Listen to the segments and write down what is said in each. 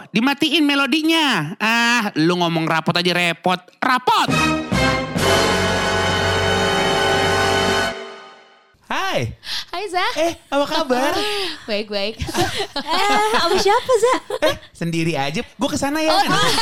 dimatiin melodinya. Ah, lu ngomong rapot aja repot. Rapot! Hai. Hai Zak. Apa kabar? Baik-baik. Sama siapa Zak? Sendiri aja. Gue kesana ya.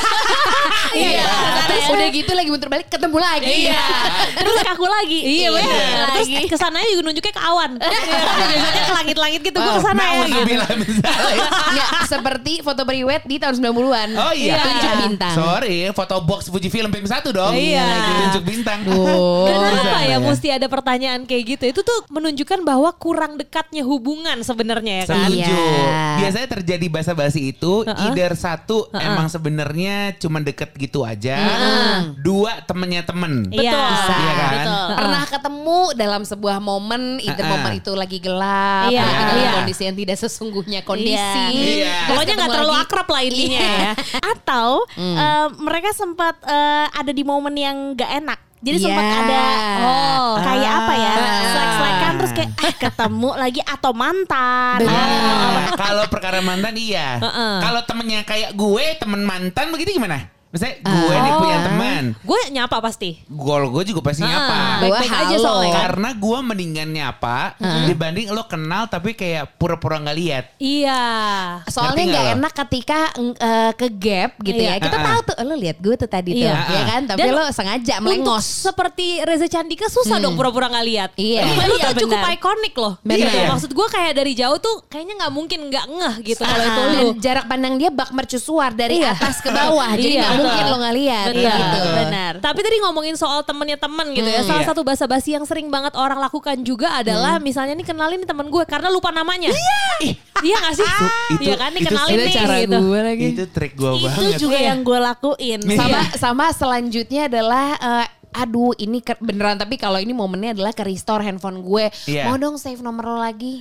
Iya. Terus udah gitu lagi muter balik ketemu lagi. Iya. Terus kaku lagi. Iya bener. Terus kesananya juga nunjuknya ke awan. Biasanya ke langit-langit gitu. Gue kesana ya gitu. Nggak, seperti foto priwet di tahun 90-an. Oh iya. Tunjuk bintang. Sorry, foto box Fuji Film film 1 dong. Iya. Tunjuk bintang. Kenapa ya mesti ada pertanyaan kayak gitu? Itu tuh menunjukkan bahwa kurang dekatnya hubungan sebenarnya ya kan? Setuju. Iya. Biasanya terjadi basa-basi itu either satu emang sebenarnya cuma deket gitu aja. Dua temennya temen. Iya. Iya kan? Betul. Pernah ketemu dalam sebuah momen, itu momen itu lagi gelap, Iya. lagi dalam Iya. kondisi yang tidak sesungguhnya kondisi. Iya. Pokoknya nggak terlalu lagi. akrab lah intinya ya. Atau mereka sempat ada di momen yang gak enak. Jadi sempat Iya. ada kayak apa ya, selek-selekan terus kayak ketemu lagi atau mantan. Kalau perkara mantan iya. Kalau temennya kayak gue, temen mantan begitu gimana? Misalnya gue nih punya teman. Gue nyapa pasti. Gue juga pasti nyapa. Baik-baik Gua aja halo. soalnya kan. Karena gue mendingan nyapa dibanding lo kenal tapi kayak pura-pura gak lihat. Iya. Soalnya Ngerti nggak nggak lo? enak ketika ke gap gitu ya. Iya. Kita tahu tuh, lo lihat gue tuh tadi tuh, Iya. ya kan? Tapi Dan lo sengaja Untuk melengos. seperti Reza Candika susah dong pura-pura gak lihat. Iya. Itu Iya, tuh cukup benar. ikonik loh. Benar. Gitu. Maksud gue kayak dari jauh tuh kayaknya gak mungkin gak ngeh gitu kalau itu Dan lu. jarak pandang dia bak mercusuar dari Iya. atas ke bawah. Jadi Iya, nggak betul. mungkin lo nggak lihat. Betul. Gitu. Benar. Tapi tadi ngomongin soal temennya temen gitu ya. Salah Iya. satu basa-basi yang sering banget orang lakukan juga adalah misalnya nih kenalin nih temen gue karena lupa namanya. Iya gak sih? Itu- Iya kan nih itu kenalin Itu nih cara gitu. gue lagi. Itu trik gue Itu banget. juga Iya. yang gue lakuin. Sama selanjutnya adalah aduh ini beneran, tapi kalau ini momennya adalah ke restore handphone gue. Iya. Mau dong save nomor lo lagi.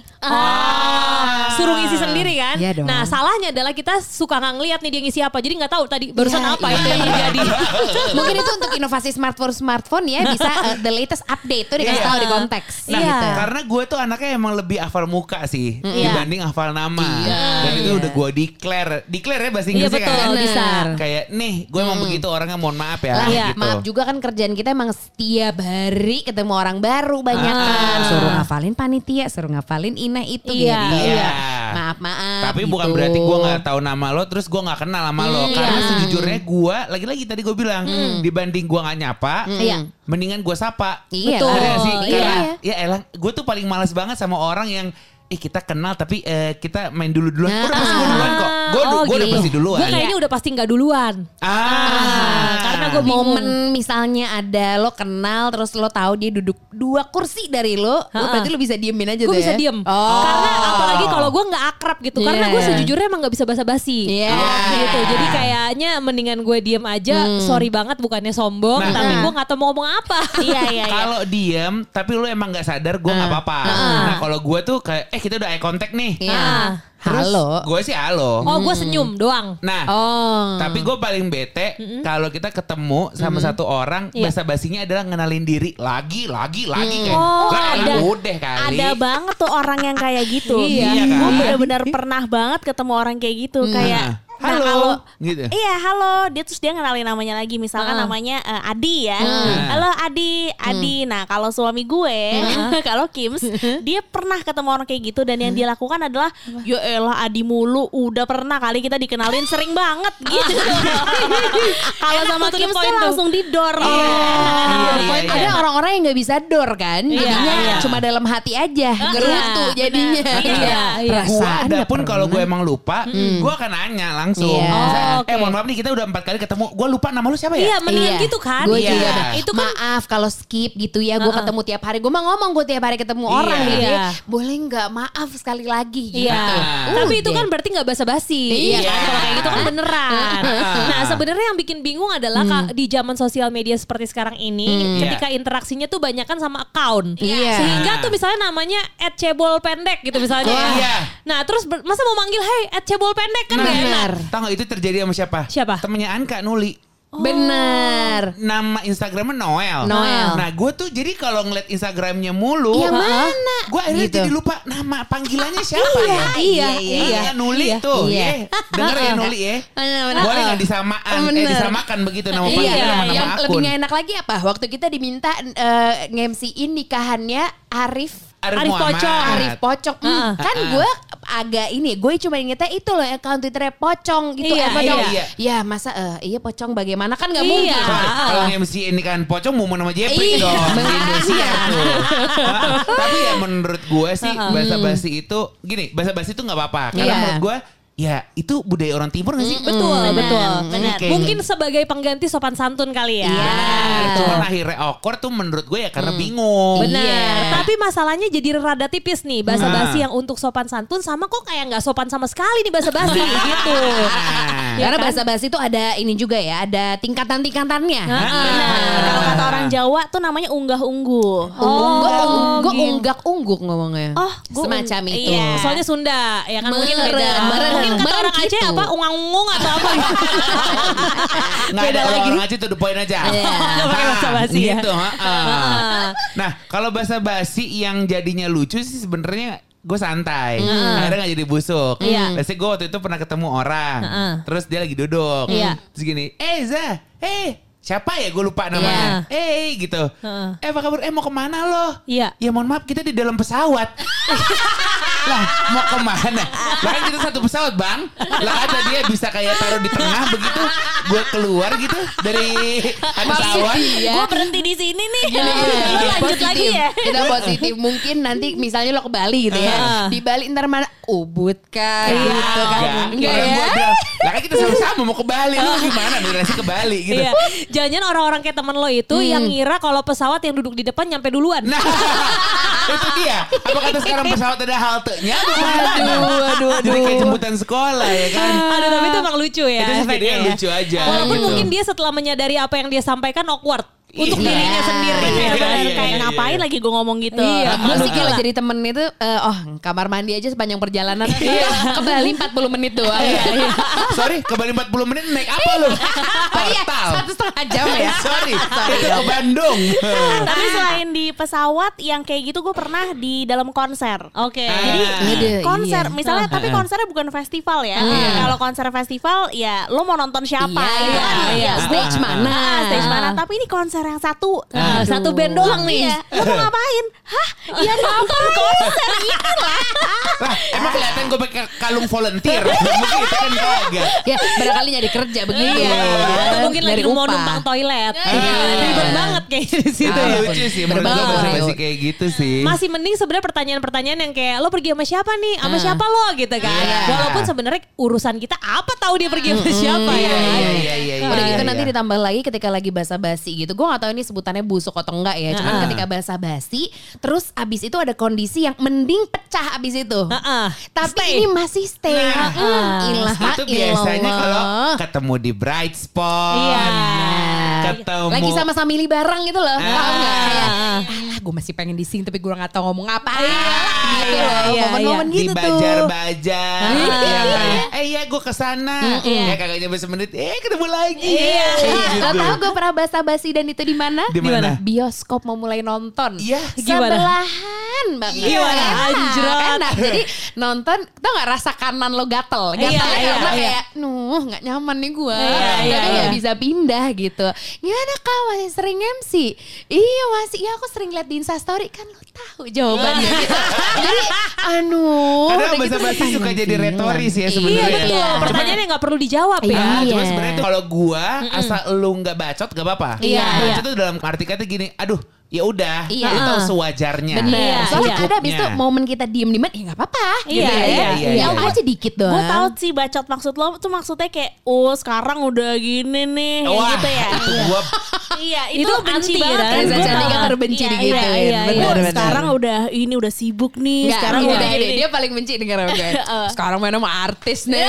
Suruh ngisi sendiri kan. Iya dong. Nah salahnya adalah kita suka gak ngeliat nih dia ngisi apa. Jadi gak tahu tadi barusan Iya, apa iya. itu yang terjadi. Mungkin itu untuk inovasi smartphone ya bisa the latest update tuh dikasih Iya. tahu di konteks. Nah, Iya. karena gue tuh anaknya emang lebih hafal muka sih dibanding hafal nama. Dan itu udah gue declare ya bahasa Iya Inggrisnya betul kan. bisa. Kayak nih gue emang begitu orangnya, mohon maaf ya. Lah, gitu. maaf juga kan kerjaan kita emang setiap hari ketemu orang baru banyak kan. Suruh ngafalin panitia, suruh ngafalin itu Iya. gitu. Iya. Maaf. Tapi gitu. bukan berarti gue gak tahu nama lo terus gue gak kenal sama lo. Karena sejujurnya gue lagi-lagi tadi gue bilang dibanding gue gak nyapa, Iya. mendingan gue sapa. Iya Betul. lah. Ada gak sih? Iya. Karena ya elah, gue tuh paling males banget sama orang yang kita kenal tapi kita main duluan. Gue udah pasti duluan kok. Gue udah gitu. pasti duluan. Gue kayaknya udah pasti gak duluan. Karena gue Momen misalnya ada lo kenal terus lo tahu dia duduk 2 kursi dari lo berarti lo bisa diemin aja gue tuh bisa ya. diem. Oh. Karena apalagi kalau gue gak akrab gitu. Karena gue Iya. sejujurnya emang gak bisa basa-basi. Iya. Gitu. Jadi kayaknya mendingan gue diem aja. Sorry banget bukannya sombong. Nah. Tapi gue gak tahu mau ngomong apa. Iya. Kalau diem tapi lu emang gak sadar gue gak apa-apa. Nah kalau gue tuh kayak kita udah eye contact nih. Iya. Terus Halo. gue sih halo. Oh gue senyum doang. Nah Oh. tapi gue paling bete kalau kita ketemu sama satu orang Iya. basa-basinya adalah ngenalin diri lagi kayak Oh, lah ada. udah kali. Ada banget tuh orang yang kayak gitu. Iya kan? Gue benar-benar pernah banget ketemu orang kayak gitu. Kayak Halo, gitu. Iya halo. Dia ngenalin namanya lagi. Misalkan namanya Adi ya. Halo Adi. Nah kalau suami gue, kalau Kims, dia pernah ketemu orang kayak gitu. Dan yang dia lakukan adalah, ya elah Adi mulu. Udah pernah kali kita dikenalin sering banget gitu. Kalau sama tuh, Kims the point tuh tuh. langsung didor. Iya. Ada orang-orang yang nggak bisa door kan, jadinya iya. cuma dalam hati aja, gerutu jadinya. Iya. Gue Perasaan ada nggak pun kalau gue pernah. emang lupa, gue akan nanya langsung. Iya. Misalnya, Oh, oke. mohon maaf nih kita udah 4 kali ketemu, gue lupa nama lu siapa ya? Iya mendingan gitu kan. Gue Iya. juga. Itu kan Maaf kalau skip gitu ya. Gue ketemu tiap hari. Gue mah ngomong gue tiap hari ketemu orang Iya. gitu ya. Iya. Boleh nggak maaf sekali lagi gitu. Iya, tapi itu kan berarti nggak basa-basi, Iya. ya kan? Kalau kayak gitu kan beneran. Nah, sebenarnya yang bikin bingung adalah di zaman sosial media seperti sekarang ini, ketika interaksinya tuh banyakan sama account, Iya. sehingga tuh misalnya namanya @cebol_pendek gitu misalnya. Oh, iya. Nah, terus masa mau manggil hey @cebol_pendek kan gak enak. Benar. Tahu gak itu terjadi sama siapa? Siapa? Temennya Anka Nuli. Bener. Nama Instagramnya Noel. Noel. Nah gue tuh jadi kalau ngeliat Instagramnya mulu. Yang mana? Gue akhirnya Gitu. jadi lupa nama panggilannya siapa ya. Iya. Nuli tuh. Iya. Denger ya Nuli ya. Bener. Boleh gak disamakan begitu nama panggilan sama nama Yang lebih akun. gak enak lagi apa? Waktu kita diminta nge-MC-in nikahannya Arif Muhammad. Pocong. Kan gue agak ini, gue cuma ingetnya itu loh account Twitternya Pocong gitu. Iya, Pocong. iya. Ya masa iya Pocong bagaimana kan gak Iya. mungkin. Kalau MC ini kan pocong mau nama Jepri Iya, dong di makanya. Indonesia tuh. Tapi ya menurut gue sih basa-basi itu gini, basa-basi itu nggak apa-apa karena Iya. menurut gue ya itu budaya orang timur nggak sih? Betul. benar. Kayak- Mungkin sebagai pengganti sopan santun kali ya. Iya. Nah, cuman akhirnya awkward tuh menurut gue ya karena bingung. Benar. Iya. Tapi masalahnya jadi rada tipis nih basa-basi yang untuk sopan santun sama kok kayak nggak sopan sama sekali nih basa-basi gitu. Nah, Karena kan? bahasa basi itu ada ini juga ya, ada tingkatan-tingkatannya. Benar. Kalau kata orang Jawa tuh namanya unggah-ungguh. Gue gitu. unggak-ungguk ngomongnya. Oh, gua semacam itu. iya. Soalnya Sunda ya kan mungkin Meren, beda. meren, Mungkin kata meren orang Aceh gitu. apa ungang-ungung atau apa gitu. nggak ada orang aja tuh the point aja. Iya. Nggak pakai basa-basi ya. Gitu. Nah kalau basa-basi yang jadinya lucu sih sebenarnya gue santai, akhirnya gak jadi busuk. Iya. Biasanya gue waktu itu pernah ketemu orang, terus dia lagi duduk, Iya. terus gini, Za, siapa ya gue lupa namanya, gitu, apa kabar, mau kemana lo? Iya. Ya mohon maaf kita di dalam pesawat. Lah mau kemana? Lah kan kita satu pesawat bang. Lah ada dia bisa kayak taruh di tengah begitu, gue keluar gitu dari pesawat. Gue berhenti di sini nih. Gini, Lo lanjut lagi ya. Kita positif. Mungkin nanti misalnya lo ke Bali gitu ya. Di Bali ntar mana? Ubud kan gitu kan. Enggak Orang ya? gua bilang, lah kan kita sama-sama mau ke Bali. Lu gimana migrasi ke Bali gitu. Iya. Jangan orang-orang kayak temen lo itu yang ngira kalau pesawat yang duduk di depan nyampe duluan. Nah itu dia. Apa kata sekarang pesawat ada haltenya? Aduh. Jadi kayak jemputan sekolah ya kan. Aduh tapi itu emang lucu ya. Itu sih efeknya jadinya ya. lucu aja. Walaupun gitu. mungkin dia setelah menyadari apa yang dia sampaikan awkward untuk Iya. dirinya sendiri. Iya, Benar, iya, kayak iya, ngapain iya. lagi gue ngomong gitu. Iya. Gue sih kalau jadi temen itu, kamar mandi aja sepanjang perjalanan. Ke Bali 40 menit doang. Sorry ke Bali 40 menit naik apa lu? Oh iya, Portal. 1,5 jam ya. Sorry itu ke Bandung. Tapi selain di pesawat yang kayak gitu gue pernah di dalam konser. Oke. Jadi Iya. konser misalnya tapi konsernya bukan festival ya. Kalau konser festival ya lo mau nonton siapa gitu kan. iya. Stage mana? Stage mana. Tapi ini konser yang satu. Satu band doang nih. Iya. Lo mau ngapain? Hah? Ya nonton konser gitu lah. Lah emang kelihatan gue pakai kalung volunteer. Mungkin itu kan kagak. Ya barangkali nyari kerja begitu. Iya. Atau mungkin lagi Nyari mau upah. numpang toilet. Ribet banget kayak di situ ya. Lucu sih menurut gue Berbau. basa-basi kayak gitu sih. Masih mending sebenarnya pertanyaan-pertanyaan yang kayak lo pergi sama siapa nih? Sama siapa lo gitu kan. Iya. Walaupun sebenarnya urusan kita apa tahu dia pergi sama siapa ya. Iya. Udah gitu iya. nanti ditambah lagi ketika lagi basa-basi gitu. Gue gak tahu ini sebutannya busuk atau enggak ya. Cuman ketika basa-basi terus abis itu ada kondisi yang mending pecah abis itu. Tapi Stay. ini masih stay. Ilah, Itu biasanya ilah. kalau ketemu di bright spot. Iya. Ketemu Lagi sama family bareng gitu loh. Paham gak? Kayak, Ah. alah gue masih pengen di sini tapi gue gak tahu ngomong apa. Iya, Gitu loh. iya, Momen-momen di gitu tuh. bajar-bajar. Ya, kayak, iya gue kesana. Ya kagak nyampe semenit. Ketemu lagi. Iya. Gitu. Lo tau gue pernah basa-basi dan itu di mana? Di mana? Bioskop mau mulai nonton. Iya. Gimana? Sebelahan banget. Gimana? Enak, Anjrot. enak. Jadi nonton, tau gak rasa kanan lo gatel? Gatel Iya, karena iya. kayak, gak nyaman nih gue. Iya, Tapi iya. gak bisa pindah gitu. Gimana kak masih sering MC? Iya masih, ya aku sering liat di Instastory. Kan lo tahu jawabannya gitu. Jadi Kadang udah gitu basa-basi suka tanya jadi sih. retoris ya Iya sebenarnya. betul. Pertanyaan yang gak perlu dijawab ya. Iya. Cuma sebenarnya tuh kalau gua asal lu nggak bacot gak apa-apa. Iya, Bacot iya. tuh dalam arti kata gini, aduh ya udah, Iya. lu tahu sewajarnya. Bener. Iya, Soalnya iya. ada abis itu momen kita diem-dieman, ya gak apa-apa. Iya, gitu ya. iya, iya, Ya iya. aja dikit doang. Gue tahu sih bacot maksud lo tuh maksudnya kayak sekarang udah gini nih Wah, gitu ya. itu gua Iya Itu itu benci anti banget kan? kan. Reza Gua Cantika tahu. terbenci Iya, digituin. iya, iya, iya. Bener-bener. Sekarang udah sibuk nih. Enggak, Sekarang gini, udah gini, ini. dia paling benci denger gue. Sekarang mana sama artis nih.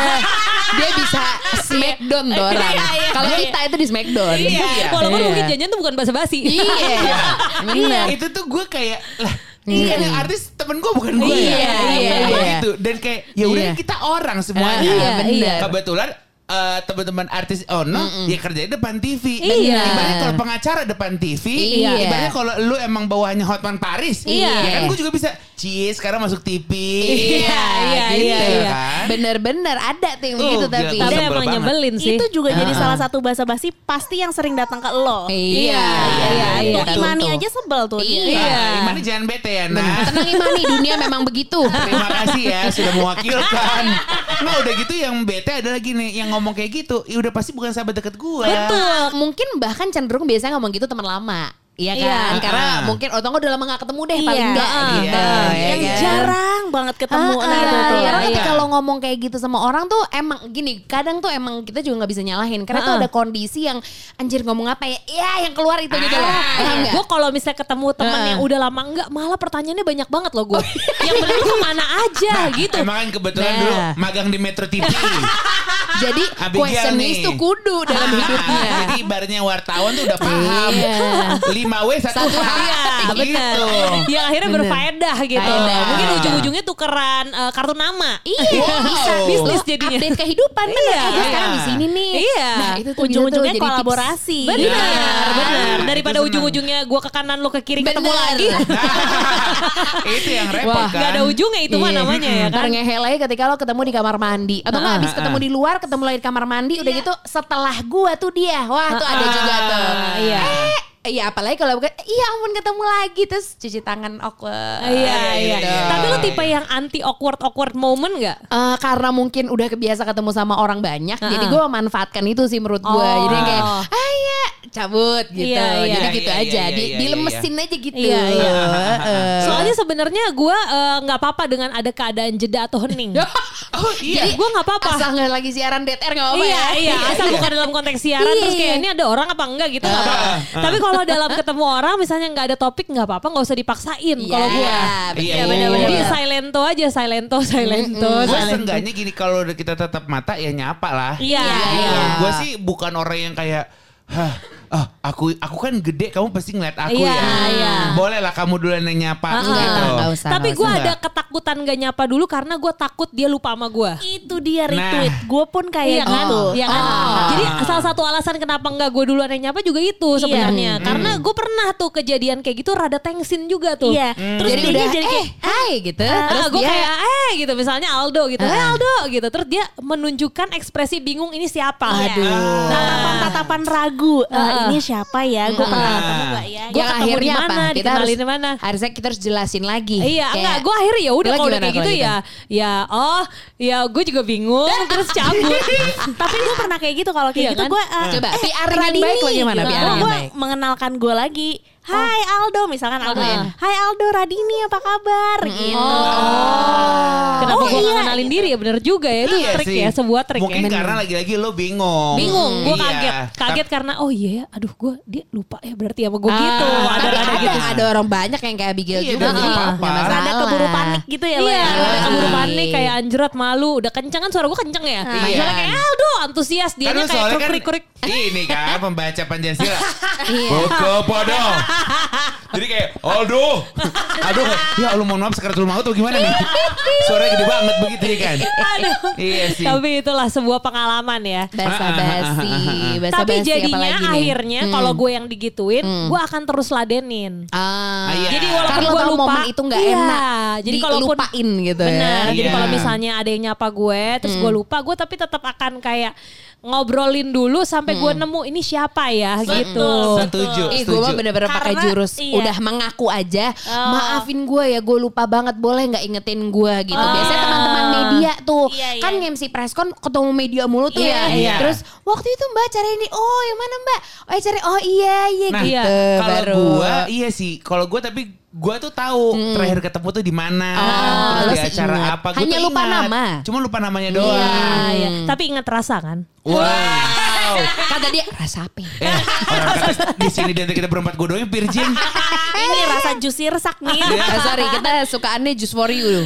Dia bisa smackdown tuh orang. Kalau kita itu di smackdown. Iya. Walaupun Iya. mungkin janjian tuh bukan basa-basi. Iya. Benar. itu tuh gue kayak lah ini kan yang artis temen gue bukan gue Iya, ya. iya, Kayak iya. gitu. Dan kayak ya udah Iya. kita orang semuanya. Iya, benar. Kebetulan teman-teman artis ya kerjanya depan TV. Iya. Ibaratnya kalau pengacara depan TV, Iya. ibaratnya kalau lu emang bawahannya Hotman Paris, Iya. ya kan gue juga bisa. Sekarang masuk TV. Iya, gitu iya. kan. Bener-bener ada tuh yang begitu gila, tapi. gua Tapi sebel emang banget. nyebelin sih. Itu juga jadi salah satu basa-basi pasti yang sering datang ke lo. Iya. Tuh Imani aja sebel tuh dia. Iya. Imani jangan bete ya, nah. Tenang Imani, dunia memang begitu. Terima kasih ya sudah mewakilkan. Nah udah gitu yang bete ada lagi nih yang ngomong kayak gitu, ya udah pasti bukan sahabat deket gue. Betul. Mungkin bahkan cenderung biasanya ngomong gitu teman lama. Iya kan? Iya. Karena mungkin atau udah lama gak ketemu deh Iya. paling enggak gitu. Iya. ya Yang kan? jarang banget ketemu. Nah, itu tuh. Karena Iya. ketika lo ngomong kayak gitu sama orang tuh emang gini, kadang tuh emang kita juga gak bisa nyalahin. Karena tuh ada kondisi yang anjir ngomong apa ya, ya yang keluar itu gitu loh. Paham nggak? Gue kalau misalnya ketemu temen yang udah lama enggak, malah pertanyaannya banyak banget loh gue. Yang bener tuh kemana aja gitu. Emang kan kebetulan Nah. dulu magang di Metro TV. Jadi Abigail questionis nih. tuh kudu dalam hidupnya. Jadi ibaratnya wartawan tuh udah paham. Iya. 5W 1H. Iya, benar. Gitu. Yang akhirnya Bener. berfaedah gitu. Faedah. Mungkin ujung-ujungnya tukeran kartu nama. Iya, Wow. bisa Bisnis Lo jadinya. update kehidupan bener. Iya. Gue sekarang di sini nih. Iya. Nah, itu tuh Ujung-ujungnya bisa tuh jadi kolaborasi. tips. Benar, Iya. benar. Nah, Daripada itu senang. ujung-ujungnya gue ke kanan lo ke kiri ketemu Bener. lagi. Itu yang repot Wah, kan. Gak ada ujungnya itu mah Iya. namanya ya Ntar kan. ngehel aja ketika lo ketemu di kamar mandi. Atau nggak habis ketemu di luar, ketemu lagi di kamar mandi. Udah gitu setelah gua tuh dia. Wah tuh ada juga tuh. Iya. Iya apalagi kalau bukan, iya ampun ketemu lagi. Terus cuci tangan awkward. Iya, iya. gitu. Tapi lo tipe yang anti awkward moment gak? Karena mungkin udah kebiasa ketemu sama orang banyak, jadi gue memanfaatkan itu sih menurut gue. Oh. Jadi yang kayak, ya cabut gitu. Iya, iya. Jadi gitu Iya, iya, aja, iya, iya, dilemesin aja gitu. Iya, iya. Heeh. Soalnya sebenarnya gue nggak apa-apa dengan ada keadaan jeda atau hening. Oh iya. Jadi gue nggak apa-apa. Asal nggak lagi siaran dead air nggak apa-apa Iya, ya. iya. Asal bukan dalam konteks siaran terus kayak Iya. ini ada orang apa enggak gitu nggak apa-apa. Tapi kalau dalam ketemu orang misalnya nggak ada topik nggak apa-apa, nggak usah dipaksain. Iya, Kalau gue, betul. Iya, ya benar-benar. Jadi silento aja, silento. Gue silento. seenggaknya gini kalau udah kita tetap mata ya nyapa lah. Iya, Iya. iya. Gue sih bukan orang yang kayak aku kan gede, kamu pasti ngeliat aku Iya, ya. iya. Boleh lah kamu duluan yang nyapa gitu. Nggak usah. Tapi nggak gue usah. ada ketakutan gak nyapa dulu karena gue takut dia lupa sama gue. Itu dia retweet. Nah. Gue pun kayak Iya kan? gitu. Iya kan? Jadi salah satu alasan kenapa enggak gue duluan yang nyapa juga itu sebenarnya. Karena gue pernah tuh kejadian kayak gitu rada tensin juga tuh. Iya. Terus Jadi dia udah jadi kayak hai gitu. Terus gue dia kayak gitu misalnya Aldo gitu. Aldo gitu. Terus dia menunjukkan ekspresi bingung ini siapa. tatapan-tatapan ragu. Ini siapa ya? Gue pernah ketemu gak ya? Gua yang ketemu di akhirnya mana, apa? dikenalin di mana. Harusnya kita harus jelasin lagi. Iya, Kayak, enggak, gue akhirnya ya udah lo kalau udah gimana kayak gitu kalau ya gue juga bingung terus cabut. Tapi gue pernah kayak gitu kalau kayak Iya gitu kan? gue Coba PR yang baik lo gimana PR yang gue baik? mengenalkan gue lagi. Hai Aldo, misalkan Aldo ya. Hai Aldo Radini, apa kabar? Gitu. Kenapa Oh, gue iya, gak kenalin diri ya bener juga ya. Itu Iya trik sih. ya, sebuah trik Mungkin ya. karena lagi-lagi lo bingung. Bingung, gue Iya. kaget karena oh iya ya, aduh dia lupa ya berarti sama gue gitu. Tapi Ada gitu. ada orang banyak yang kayak Abigail Iya, juga. dan Jadi nggak nggak apa-apa. masalah. Rada keburu panik gitu ya lo Iya, ya. udah keburu Iya. panik kayak anjrot malu, udah kenceng kan suara gue kenceng ya. Iya. Misalnya kayak Aldo antusias, Kan dianya lo kayak soalnya kan krik-krik. ini kan pembaca Pancasila. Iya. Boko podo. Jadi kayak Aldo. Aduh, ya Allah mohon maaf sekaratul maut atau gimana nih? Suaranya gede banget begitu ya kan? Aduh. Iya sih. Tapi itulah sebuah pengalaman ya. Basa-basi. Tapi jadinya apalagi nih? akhirnya kalau gue yang digituin, gue akan terus ladenin. Iya. Jadi walaupun Karena lo gue tahu lupa, momen itu nggak iya. enak. Jadi kalaupun dilupain gitu benar. ya. Jadi Iya. kalau misalnya ada yang nyapa gue, terus gue lupa, gue tapi tetap akan kayak ngobrolin dulu sampai gue nemu ini siapa ya gitu. Setuju. Gue mah bener-bener pakai Karena, jurus iya. udah mengaku aja. Maafin gue ya, gue lupa banget, boleh nggak ingetin gue gitu. Biasanya teman-teman media tuh Iya, iya. kan MC preskon ketemu media mulu tuh Iya, ya. iya. Terus waktu itu Mbak cari ini, oh yang mana Mbak? Oh cari, oh iya Nah, gitu. kalau baru. gue iya sih. Kalau gue tapi gue tuh tahu terakhir ketemu tuh di mana, terus lo di sih acara ingat. apa. Gua Hanya tuh lupa ingat. nama. Cuma lupa namanya doang. Iya, iya. Tapi ingat rasa kan? Wow. Kata dia rasa apa? ya?" Orang kata di sini dan kita berempat gue doang virgin. Ini rasa juicy resak nih. Sorry, kita sukaannya just for you.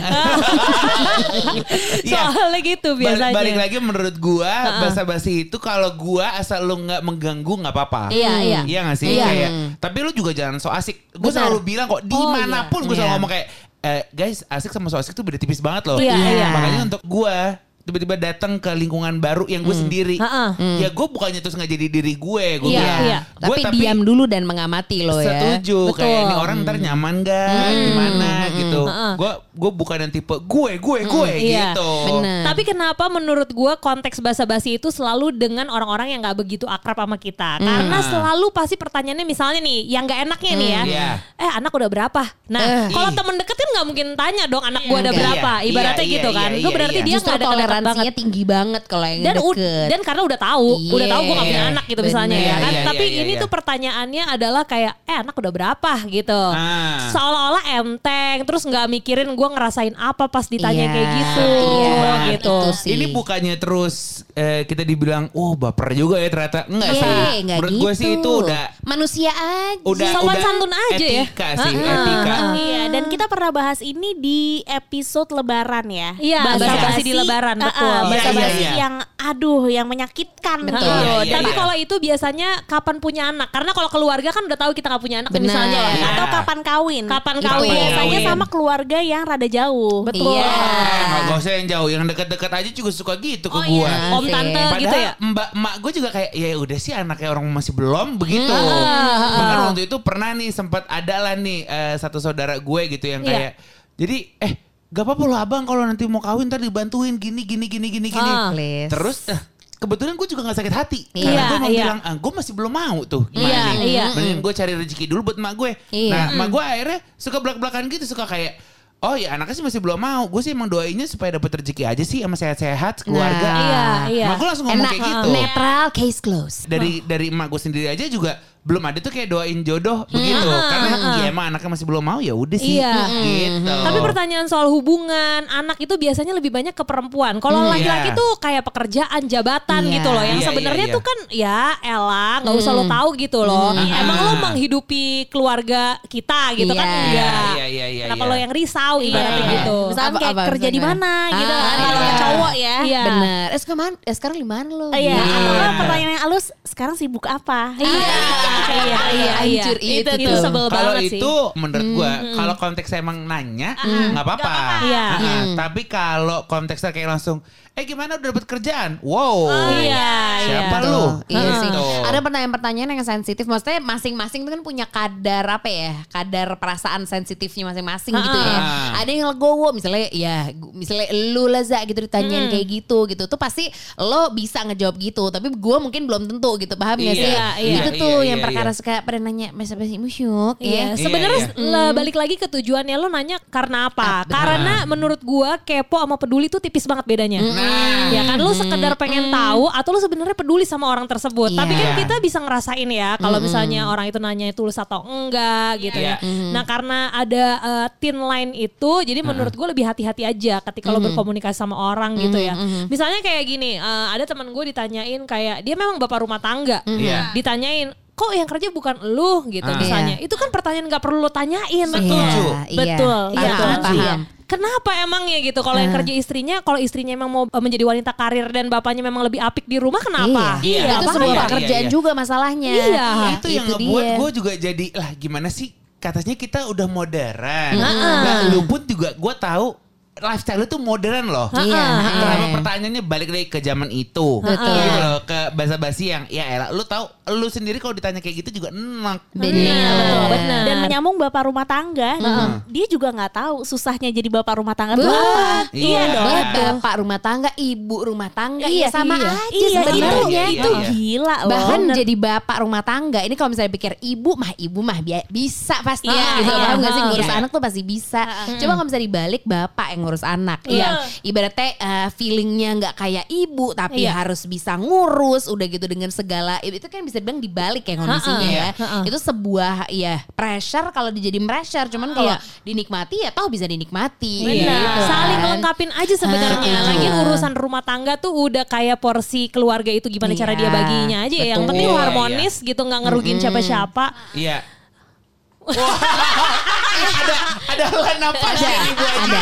Iya. Soalnya gitu biasanya. Balik lagi menurut gua basa-basi itu kalau gua asal lu nggak mengganggu nggak apa-apa. Iya, iya. Iya nggak sih? Iya. Kayak, tapi lu juga jangan so asik. Gua Benar. selalu bilang kok dimanapun gua selalu Iya. ngomong kayak guys asik sama so asik tuh beda tipis banget loh. Iya, iya. Makanya untuk gua tiba-tiba datang ke lingkungan baru yang gue sendiri. Ya gue bukannya terus nggak jadi diri gue. Gue Tapi diam dulu dan mengamati lo ya. Setuju. Kayak ini orang ntar nyaman gak? Gimana gitu. Gue bukan yang tipe gue gitu. Bener. Tapi kenapa menurut gue konteks basa-basi itu selalu dengan orang-orang yang gak begitu akrab sama kita? Karena selalu pasti pertanyaannya misalnya nih, yang gak enaknya nih ya. Anak udah berapa? Nah kalau temen deket kan gak mungkin tanya dong anak gue ada berapa. Ibaratnya gitu kan. Itu berarti dia justru gak ada toleransinya tinggi banget kalau yang deket. Dan karena udah tahu gue gak punya anak gitu misalnya ya kan. Tapi ini tuh pertanyaannya adalah kayak anak udah berapa gitu. Seolah-olah enteng, terus gak mikirin gue ngerasain apa pas ditanya kayak gitu. Gitu. Ini bukannya terus kita dibilang baper juga ya ternyata. Enggak sih. Menurut gue sih itu udah manusia aja. Udah sopan santun aja etika sih, etika. Iya, dan kita pernah bahas ini di episode Lebaran ya. Iya, basa-basi di Lebaran, betul. Basa-basi yang yang menyakitkan. Betul. Tapi kalau itu biasanya kapan punya anak? Karena kalau keluarga kan udah tahu kita gak punya anak misalnya ya. Atau kapan kawin. Kapan kawin. Biasanya sama keluarga yang rada jauh. Betul. Gak usah yang jauh, yang dekat-dekat aja juga suka gitu ke gue. Om tante gitu ya. Emak gue juga kayak ya udah sih anaknya orang masih belum begitu. Bahkan waktu itu pernah nih sempat ada lah nih satu saudara gue gitu yang kayak jadi gak apa-apa loh abang kalau nanti mau kawin ntar dibantuin gini. Terus kebetulan gue juga gak sakit hati. Karena gue mau bilang gue masih belum mau tuh gimana nih. Mending gue cari rezeki dulu buat emak gue. Nah emak gue akhirnya suka belak-belakan gitu. Suka kayak anaknya sih masih belum mau. Gue sih emang doainnya supaya dapat rezeki aja sih sama sehat-sehat keluarga. Emak gue langsung ngomong kayak gitu. Netral, case close. Dari emak gue sendiri aja juga belum ada tuh kayak doain jodoh begitu. Karena ya emang anaknya masih belum mau ya udah sih. Gitu. Tapi pertanyaan soal hubungan anak itu biasanya lebih banyak ke perempuan. Kalau laki-laki tuh kayak pekerjaan, jabatan gitu loh. Yang sebenarnya tuh kan ya elah gak usah lo tahu gitu loh. Emang lo menghidupi keluarga kita gitu kan enggak. Kenapa lo yang risau ibaratnya gitu. Misalnya kayak kerja di mana gitu kan. Kalau cowok ya. Bener. Sekarang di mana lo? Iya. Atau pertanyaan yang halus, sekarang sibuk apa? Hancur itu sebel banget sih. Kalau itu menurut gue kalau konteksnya emang nanya nggak apa-apa. Tapi kalau konteksnya kayak langsung gimana udah dapat kerjaan? Wow. Siapa lu? Iya sih. Ada pertanyaan-pertanyaan yang sensitif. Maksudnya masing-masing itu kan punya kadar apa ya? Kadar perasaan sensitifnya masing-masing gitu ya. Ada yang legowo misalnya lu Laza gitu ditanyain kayak gitu. Tuh pasti lo bisa ngejawab gitu. Tapi gue mungkin belum tentu gitu. Paham gak sih? Itu tuh yang perkara suka pada nanya basa-basi musyuk. Sebenarnya balik lagi ke tujuannya lo nanya karena apa? Karena menurut gue kepo sama peduli tuh tipis banget bedanya. Ya kan lu sekedar pengen tahu atau lu sebenarnya peduli sama orang tersebut. Tapi kan kita bisa ngerasain ya kalau misalnya orang itu nanya tulus atau enggak gitu ya. Nah karena ada thin line itu jadi menurut gue lebih hati-hati aja ketika lo berkomunikasi sama orang gitu ya. Misalnya kayak gini, ada teman gue ditanyain kayak dia memang bapak rumah tangga. Ditanyain kok yang kerja bukan lu gitu misalnya. Itu kan pertanyaan gak perlu lo tanyain. Betul. Paham. Kenapa emangnya gitu kalau yang kerja istrinya, kalau istrinya emang mau menjadi wanita karir dan bapaknya memang lebih apik di rumah kenapa? Itu sebuah pekerjaan juga masalahnya. Itu yang ngebuat gue juga jadi gimana sih katanya kita udah modern. Lu pun juga gue tahu lifestyle itu modern loh. Kenapa pertanyaannya balik lagi ke zaman itu. Gitu loh, ke basa-basi yang ya elah lu tahu lu sendiri kalau ditanya kayak gitu juga enak. Benar. Dan menyambung bapak rumah tangga, dia juga nggak tahu susahnya jadi bapak rumah tangga itu apa. Iya dong. Bapak rumah tangga, ibu rumah tangga, sama aja sebenarnya. Itu gila loh. Bahkan jadi bapak rumah tangga, ini kalau misalnya pikir ibu mah bisa pasti ya. Gitu. Paham gak sih ngurus anak tuh pasti bisa. Coba kalau misalnya dibalik bapak yang ngurus anak, yang ibaratnya feelingnya nggak kayak ibu, tapi harus bisa ngurus, udah gitu dengan segala itu kan bisa dibilang dibalik ya kondisinya ya. Itu sebuah pressure kalau dijadiin pressure, cuman kalau dinikmati ya toh bisa dinikmati. Gitu. Saling melengkapin aja sebenarnya. Lagi urusan rumah tangga tuh udah kayak porsi keluarga itu gimana cara dia baginya aja. Yang penting harmonis gitu, nggak ngerugiin siapa-siapa. Iya. Wah, ada napas ini Bu Aji.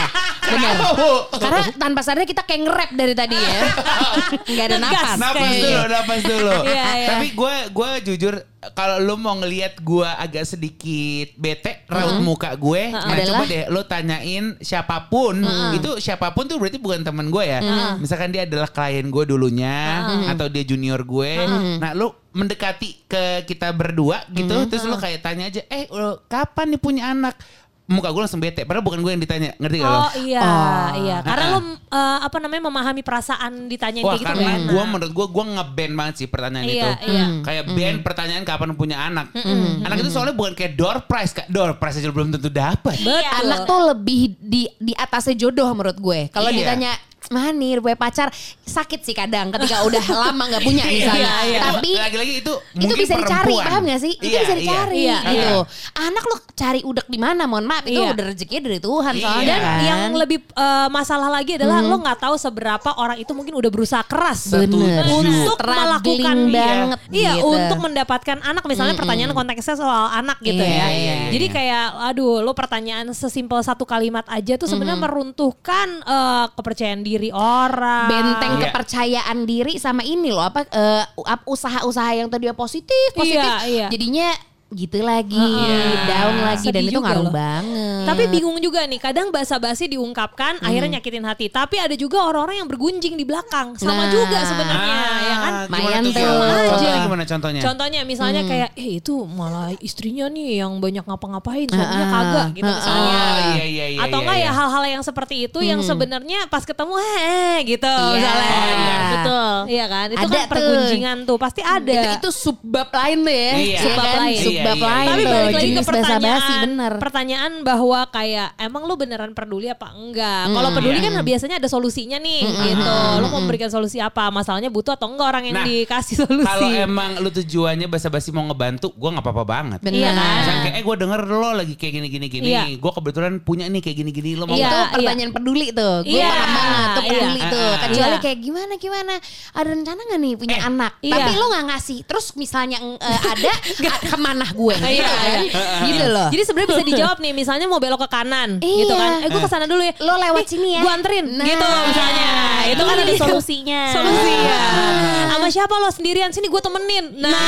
Benar. Karena tanpa sadar kita kayak nge-rap dari tadi ya. Nggak ada napas. Napas dulu. Iya, iya. Tapi gue jujur kalau lu mau ngelihat gue agak sedikit bete raut muka gue, nah Adalah? coba deh lu tanyain siapapun, itu siapapun tuh berarti bukan teman gue ya. Misalkan dia adalah klien gue dulunya atau dia junior gue. Nah, lu mendekati ke kita berdua gitu, terus lu kayak tanya aja, lu kapan nih punya anak? Muka gue langsung bete, padahal bukan gue yang ditanya, ngerti gak lo? Oh iya, karena lo memahami perasaan ditanya Wah, kayak gitu. karena kan? gue menurut gue nge-ban banget sih pertanyaan itu. Kayak ban pertanyaan kapan punya anak. Anak itu soalnya bukan kayak door prize, Kak. Door prize aja belum tentu dapat. Anak tuh lebih di atasnya jodoh menurut gue. Kalau Iya. ditanya mana nih punya pacar, sakit sih kadang ketika udah lama nggak punya misalnya. Tapi lagi-lagi itu itu mungkin bisa dicari, perempuan. paham gak sih? Itu Iya, bisa dicari iya. gitu. Anak lu cari udek di mana? Mohon maaf, itu Iya. udah rezekinya dari Tuhan Iya. soalnya Dan kan. yang lebih masalah lagi adalah lo nggak tahu seberapa orang itu mungkin udah berusaha keras Bener. untuk Struggling melakukan banget iya gitu. untuk mendapatkan anak, misalnya pertanyaan konteksnya soal anak gitu Iya, ya. iya, Jadi kayak aduh, lo pertanyaan sesimpel satu kalimat aja tuh sebenarnya meruntuhkan kepercayaan diri orang. benteng Iya. kepercayaan diri sama ini loh apa usaha-usaha yang tadi positif Iya. jadinya gitu lagi down lagi dan Sedih itu juga ngaruh loh. banget. Tapi bingung juga nih, kadang basa-basi diungkapkan akhirnya nyakitin hati. Tapi ada juga orang-orang yang bergunjing di belakang. Sama Nah. juga sebenarnya, ya kan? Lumayan tuh. Contohnya gimana contohnya? Contohnya misalnya kayak itu malah istrinya nih yang banyak ngapa-ngapain, suaminya kagak gitu misalnya. Iya. Atau enggak ya hal-hal yang seperti itu yang sebenarnya pas ketemu gitu Iya. misalnya. Betul. Iya kan? Itu Ada kan tuh. pergunjingan tuh pasti ada. itu subbab lain tuh ya. Iya. Subbab Iya, lain. iya, Subbab iya. lain Tapi tuh. balik lagi ke Jenis basa-basi pertanyaan, bener. pertanyaan bahwa kayak emang lu beneran peduli apa enggak? Kalau peduli kan biasanya ada solusinya nih, gitu. Lu mau memberikan solusi apa? Masalahnya butuh atau enggak orang yang Nah, dikasih solusi? Kalau emang lu tujuannya basa-basi mau ngebantu, gue nggak apa-apa banget. Bener. Iya kan? Misalnya kayak, gue denger lo lagi kayak gini. Iya. Gue kebetulan punya nih kayak gini. Lo mau Iya. Itu pertanyaan peduli tuh. Gue Iya. paham banget tuh peduli Iya. tuh. Kecuali Iya. kayak gimana. Ada rencana gak nih punya anak? iya. Tapi lo gak ngasih. Terus misalnya ada kemana gue? Iya, Gitu kan. Gitu loh. Jadi sebenarnya bisa dijawab nih, misalnya mau belok ke kanan, Iya. gitu kan? Gue kesana dulu ya. Lo lewat sini ya. Gue anterin, Nah. gitu misalnya. Itu kan ada solusinya. Solusi ya. Sama siapa lo sendirian? Sini gue temenin.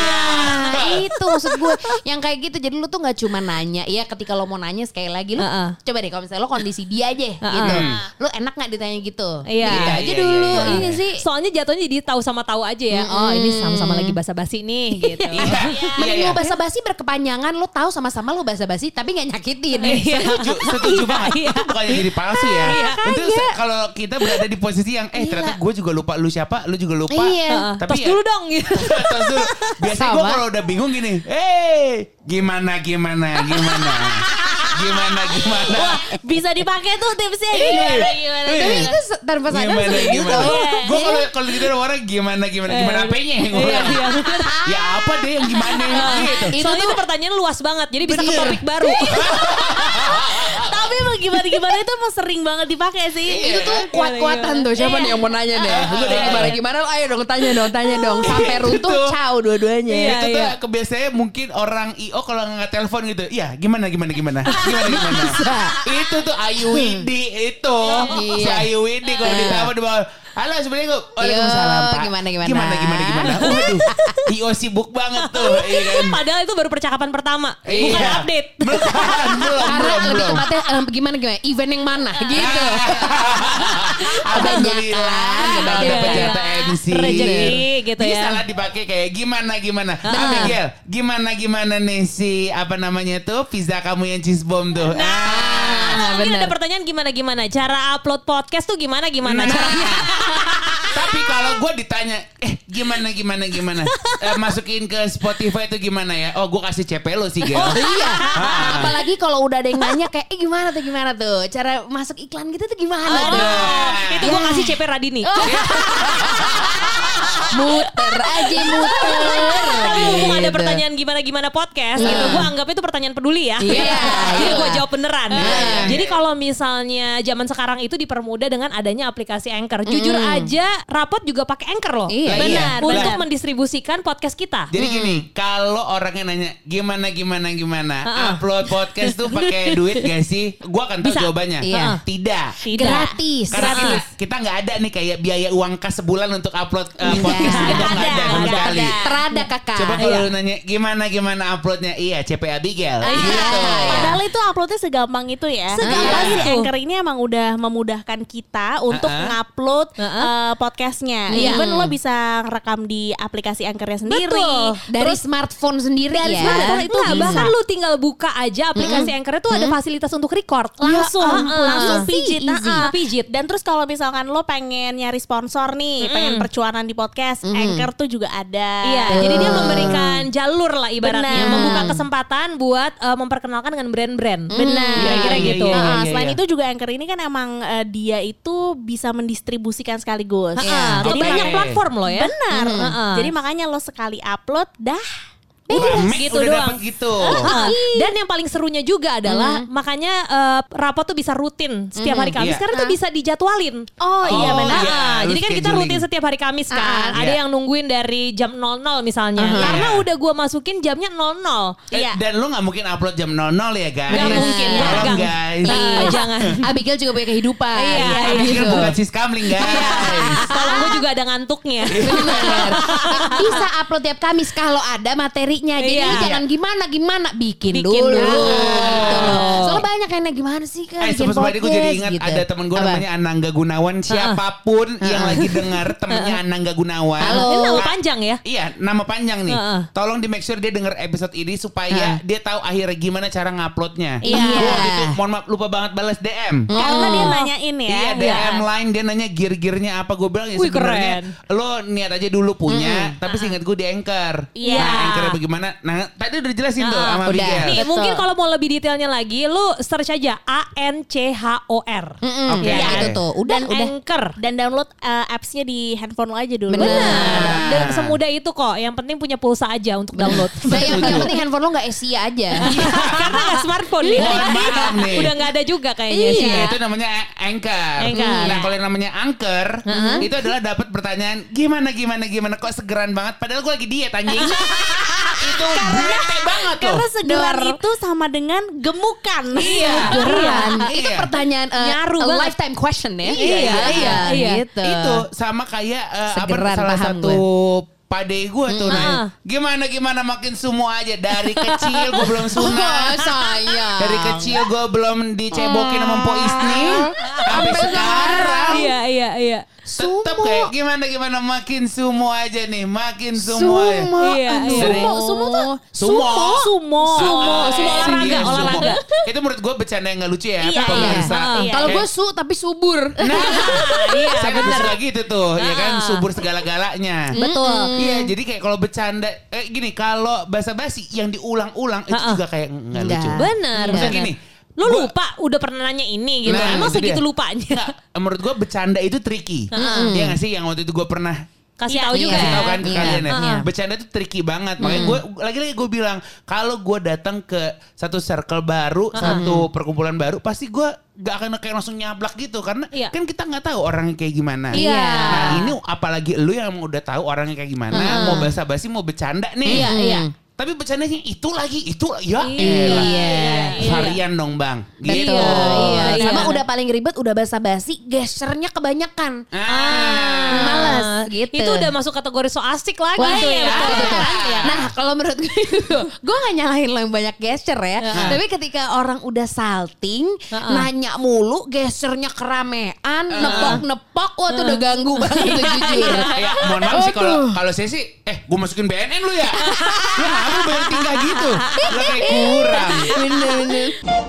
Nah, itu maksud gue yang kayak gitu. Jadi lu tuh nggak cuma nanya, ya ketika lo mau nanya sekali lagi lu coba deh kalau misalnya lo kondisi dia aja gitu, lu enak nggak ditanya gitu? Iya. Gitu aja Iya, dulu. iya, iya. Ini sih. Soalnya jatuhnya jadi tahu sama tahu aja ya. Oh ini sama-sama lagi basa-basi nih gitu. Mending lo basa-basi berkepanjangan, lo tahu sama-sama lo basa-basi tapi nggak nyakitin. Setuju banget. Iya. Itu bukannya jadi palsu ya. Itu kalau kita berada di posisi yang ternyata gue juga lupa lu siapa, lu juga lupa. Iya. Tapi Tos dulu dong gitu. Tos dulu. Biasanya gue Sama. kalau udah bingung gini, gimana? Wah, bisa dipakai tuh tipsnya gimana. Tapi itu tanpa sadar sering gitu. Gue kalau gitu ada orang gimana apanya? Ya apa deh yang gimana gitu. Soalnya itu pertanyaan luas banget, jadi bisa ke Bener. topik baru. Tapi emang gimana itu emang sering banget dipakai sih. Itu tuh kuat-kuatan tuh. Siapa nih yang mau nanya deh? Lu deh gimana? Ayo dong tanya dong. Sampai runtuh, Itu. ciao dua-duanya. Itu tuh kebiasaannya mungkin orang IO kalau nggak telepon gitu. Ya gimana. Itu tuh Ayu Widi itu. Si Ayu Widi kalau ditelepon di bawah. Halo Assalamualaikum. Waalaikumsalam Pak. Gimana? Gimana. Waduh. IO sibuk banget tuh. Iya kan? Padahal itu baru percakapan pertama, bukan Iya. update. Belum. Karena lebih tepatnya gimana event yang mana gitu. Alhamdulillah Kebanyakan. dapat Iya. jatah MC. Rezeki gitu ya. Bisa lah dipakai kayak gimana. Abigail, gimana nih si apa namanya tuh pizza kamu yang cheese bomb tuh. Mungkin bener. ada pertanyaan gimana? Cara upload podcast tuh gimana caranya? Tapi kalau gue ditanya, gimana? Masukin ke Spotify itu gimana ya? Oh, gue kasih CP lo sih, Gel. Oh iya. Apalagi kalau udah ada yang nanya kayak gimana tuh? Cara masuk iklan gitu tuh gimana tuh? Itu gue kasih CP Radini. Muter aja. Mumpung ada Gitu. pertanyaan gimana podcast gitu, gue anggap itu pertanyaan peduli ya. Iya, Jadi gue iya. jawab beneran. Jadi kalau misalnya zaman sekarang itu dipermudah dengan adanya aplikasi Anchor. Jujur aja Rapot juga pakai Anchor loh. Iya, benar, Untuk benar. mendistribusikan podcast kita. Jadi gini, kalau orangnya nanya gimana upload podcast tuh pakai duit gak sih? Gua akan tahu Bisa. jawabannya. Iya. Tidak. Gratis. Karena kita nggak ada nih kayak biaya uang kas sebulan untuk upload podcast. Nggak Nggak ada sama nggak sekali. ada. Terada kakak. Coba kalau lu nanya gimana uploadnya? Iya, CPA Abigail. Gitu. Padahal itu uploadnya segampang itu ya. Segampang Karena si itu. Anchor ini emang udah memudahkan kita untuk ngupload podcastnya. Iya. Even lo bisa rekam di aplikasi Anchornya sendiri. Betul. Dari smartphone sendiri Dari ya. smartphone itu Enggak, bisa. bahkan lu tinggal buka aja aplikasi Anchor itu ada fasilitas untuk record. Langsung Easy, pijit. easy. Pijit. Dan terus kalau misalkan lo pengen nyari sponsor nih, pengen percuanan di podcast, Anchor tuh juga ada. Iya, jadi dia memberikan jalur lah ibaratnya, Benar. membuka kesempatan buat memperkenalkan dengan brand-brand. Benar. Kira-kira Iya, gitu. iya, iya. Selain itu juga Anchor ini kan emang dia itu bisa mendistribusikan sekaligus. Jadi Jadi banyak Oke. platform loh ya. benar. Jadi makanya lo sekali upload dah. Mac gitu udah doang. dapet gitu. Dan yang paling serunya juga adalah makanya Rapot tuh bisa rutin setiap hari Kamis Iya. karena tuh bisa dijadwalin. Oh iya Oh, benar. iya. Lu Jadi kan kita scheduling. rutin setiap hari Kamis kan. Ada Iya. yang nungguin dari jam 00 misalnya. Karena udah gua masukin jamnya 00. Iya. Dan lu gak mungkin upload jam 00 ya guys. Nggak mungkin, Tolong pegang. guys. Jangan. Abigail juga punya kehidupan. Iya, Abigail bukan sis kamling guys. Kalau gue juga ada ngantuknya. Bener. Bisa upload tiap Kamis kalau ada materinya. Jadi Iya. lu jangan gimana bikin Bikin dulu. dulu. Gitu loh. Soalnya banyak yang nanya gimana sih kan bikin Sumpah gue jadi podcast ingat gitu. ada temen gue Apa? namanya Anangga Gunawan. Siapapun yang lagi dengar temennya Anangga Gunawan. Halo. Ini nama panjang ya. Iya, nama panjang nih. Tolong di make sure dia denger episode ini supaya dia tahu akhirnya gimana cara nguploadnya. Iya. Gue waktu itu mohon maaf lupa banget balas DM. Karena dia nanyain ya. Iya DM line dia nanya gear-gearnya apa. Gue bilang ya Wih, sebenarnya keren. lo niat aja dulu punya. Tapi seingat gue di Anchor. Iya. Nah Anchornya bagaimana. Nah tadi udah dijelasin tuh sama udah. Abigail. Nih Betul. mungkin kalau mau lebih detailnya lagi, lu search aja ANCHOR. Oke. Ya itu tuh. Udah. Anchor. Dan download appsnya di handphone lo aja dulu. Benar. Dan semudah itu kok. Yang penting punya pulsa aja untuk download. Yang penting handphone lo gak Asia aja. Karena nggak smartphone nih. Mohon maaf nih. Udah nggak ada juga kayaknya sih. Iya, itu namanya Anchor. Anchor. Nah, kalau yang namanya Anchor, itu adalah dapat pertanyaan gimana kok segeran banget padahal gue lagi diet anjing. Itu bete banget loh. Karena segeran itu sama dengan gemukan. Iya. Geran. Itu Iya. pertanyaan Nyaru a banget. lifetime question ya. Iya. Gitu. Itu sama kayak Segeran, salah paham satu pade gue tuh nanya, gimana makin sumo aja dari kecil gue belum sunat. Sayang. Dari kecil gue belum dicebokin sama Mpok Isni sampai sekarang. Iya. Tetap kayak gimana makin sumo aja nih, makin sumo aja. Iya. Sumo tuh Sumo. olahraga, olahraga. Itu menurut gue bercanda yang gak lucu ya. Iya, pemirsa. iya. Kalau gue tapi subur. Saya kan suka gitu tuh, ya kan subur segala-galanya. Betul. Iya, jadi kayak kalau bercanda, gini, kalau basa-basi yang diulang-ulang itu juga kayak nggak lucu. Benar. Maksudnya gini, Lu lupa udah pernah nanya ini gitu. Nah, Emang itu segitu dia. lupanya? Nggak, menurut gue bercanda itu tricky. Iya nggak sih, yang waktu itu gue pernah Kasih Iya, tahu juga. kasih Iya. tahu kan ke Iya. kalian ya. Iya. Bercanda itu tricky banget. Makanya gue lagi-lagi gue bilang kalau gue datang ke satu circle baru, satu perkumpulan baru, pasti gue gak akan kayak langsung nyablak gitu karena Iya. kan kita nggak tahu orangnya kayak gimana. Iya. Nah ini apalagi lu yang udah tahu orangnya kayak gimana, mau basa-basi mau bercanda nih. Iya. Tapi bercandanya itu lagi ya Iya. elah. Varian dong bang. Gitu. Betul. Iya. Sama udah paling ribet udah basa-basi, gesernya kebanyakan. Males gitu. Itu udah masuk kategori so asik lagi Wah, tuh iya, ya. betul. Iya. Nah kalau menurut gue gak nyalahin lo yang banyak geser ya. Tapi ketika orang udah salting, nanya mulu, gesernya keramean, nepok-nepok, wah tuh udah ganggu banget tuh jujur. Ya, mohon maaf sih kalau saya sih, gue masukin BNN lu ya. Lu ngapa banyak tingkah gitu? Lu kayak kurang. Bener-bener.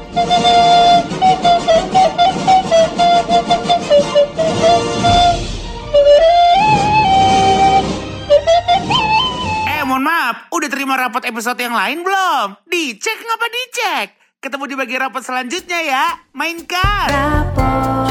Mohon maaf, udah terima rapot episode yang lain belum? Dicek ngapa dicek? Ketemu di bagian rapot selanjutnya ya. Mainkan. Rapot.